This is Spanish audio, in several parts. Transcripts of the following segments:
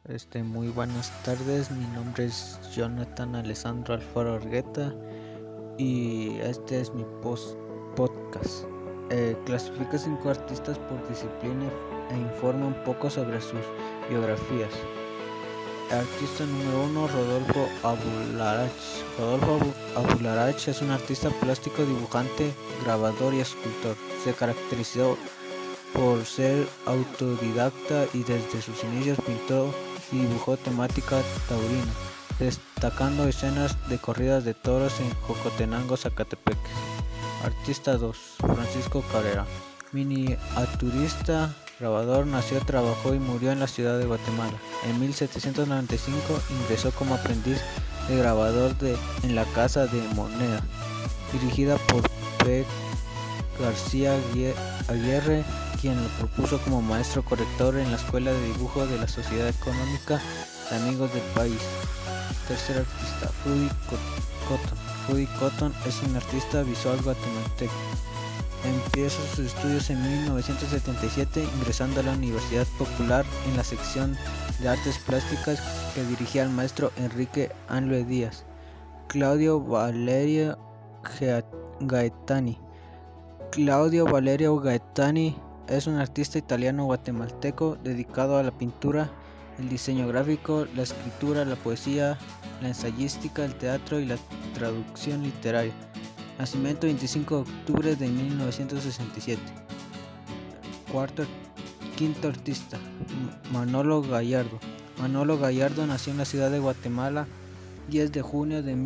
Muy buenas tardes, mi nombre es Jonathan Alessandro Alfaro Argueta y este es mi podcast. Clasifica 5 artistas por disciplina e informa un poco sobre sus biografías. Artista número 1, Rodolfo Abularach. Rodolfo Abularach es un artista plástico, dibujante, grabador y escultor. Se caracterizó por ser autodidacta y desde sus inicios pintó y dibujó temática taurina, destacando escenas de corridas de toros en Jocotenango, Zacatepec. Artista 2, Francisco Carrera. Miniaturista, grabador, nació, trabajó y murió en la ciudad de Guatemala. En 1795 ingresó como aprendiz de grabador en la Casa de Moneda, dirigida por P. García Aguirre, quien lo propuso como maestro corrector en la Escuela de Dibujo de la Sociedad Económica de Amigos del País. Tercer artista, Rudy Cotton. Rudy Cotton es un artista visual guatemalteco. Empieza sus estudios en 1977 ingresando a la Universidad Popular en la sección de Artes Plásticas que dirigía el maestro Enrique Anloe Díaz. Claudio Valerio Gaetani. Claudio Valerio Gaetani es un artista italiano-guatemalteco dedicado a la pintura, el diseño gráfico, la escritura, la poesía, la ensayística, el teatro y la traducción literaria. Nacimiento 25 de octubre de 1967. Quinto artista, Manolo Gallardo. Manolo Gallardo nació en la ciudad de Guatemala 10 de junio de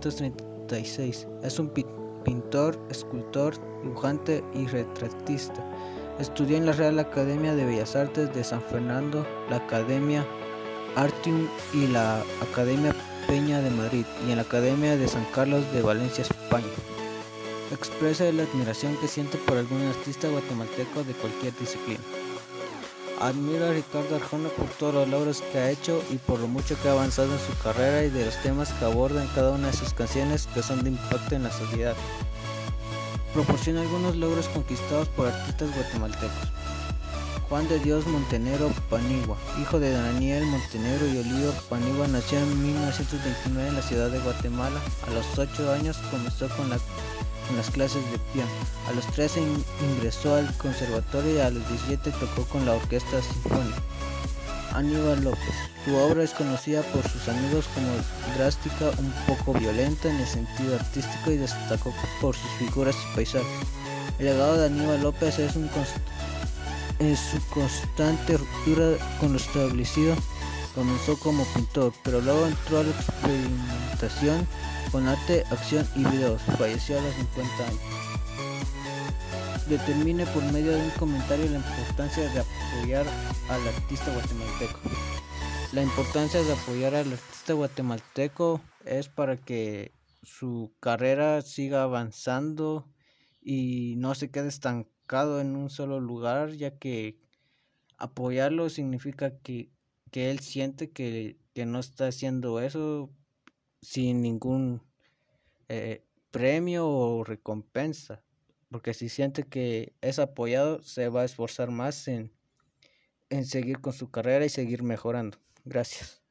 1936. Es un pintor, escultor, dibujante y retratista. Estudió en la Real Academia de Bellas Artes de San Fernando, la Academia Artium y la Academia Peña de Madrid y en la Academia de San Carlos de Valencia, España. Expresa la admiración que siente por algún artista guatemalteco de cualquier disciplina. Admiro a Ricardo Arjona por todos los logros que ha hecho y por lo mucho que ha avanzado en su carrera y de los temas que aborda en cada una de sus canciones que son de impacto en la sociedad. Proporciona algunos logros conquistados por artistas guatemaltecos. Juan de Dios Montenegro Panigua, hijo de Daniel Montenegro y Olivo Panigua, nació en 1929 en la ciudad de Guatemala. A los 8 años comenzó con las clases de piano. A los 13 ingresó al conservatorio y a los 17 tocó con la orquesta sinfónica. Aníbal López. Su obra es conocida por sus amigos como drástica, un poco violenta en el sentido artístico y destacó por sus figuras y paisajes. El legado de Aníbal López es su constante ruptura con lo establecido. Comenzó como pintor, pero luego entró a la experimentación con arte, acción y videos. Falleció a los 50 años. Determine por medio de un comentario la importancia de apoyar al artista guatemalteco. La importancia de apoyar al artista guatemalteco es para que su carrera siga avanzando y no se quede estancado en un solo lugar, ya que apoyarlo significa que él siente que no está haciendo eso sin ningún premio o recompensa, porque si siente que es apoyado se va a esforzar más en seguir con su carrera y seguir mejorando. Gracias.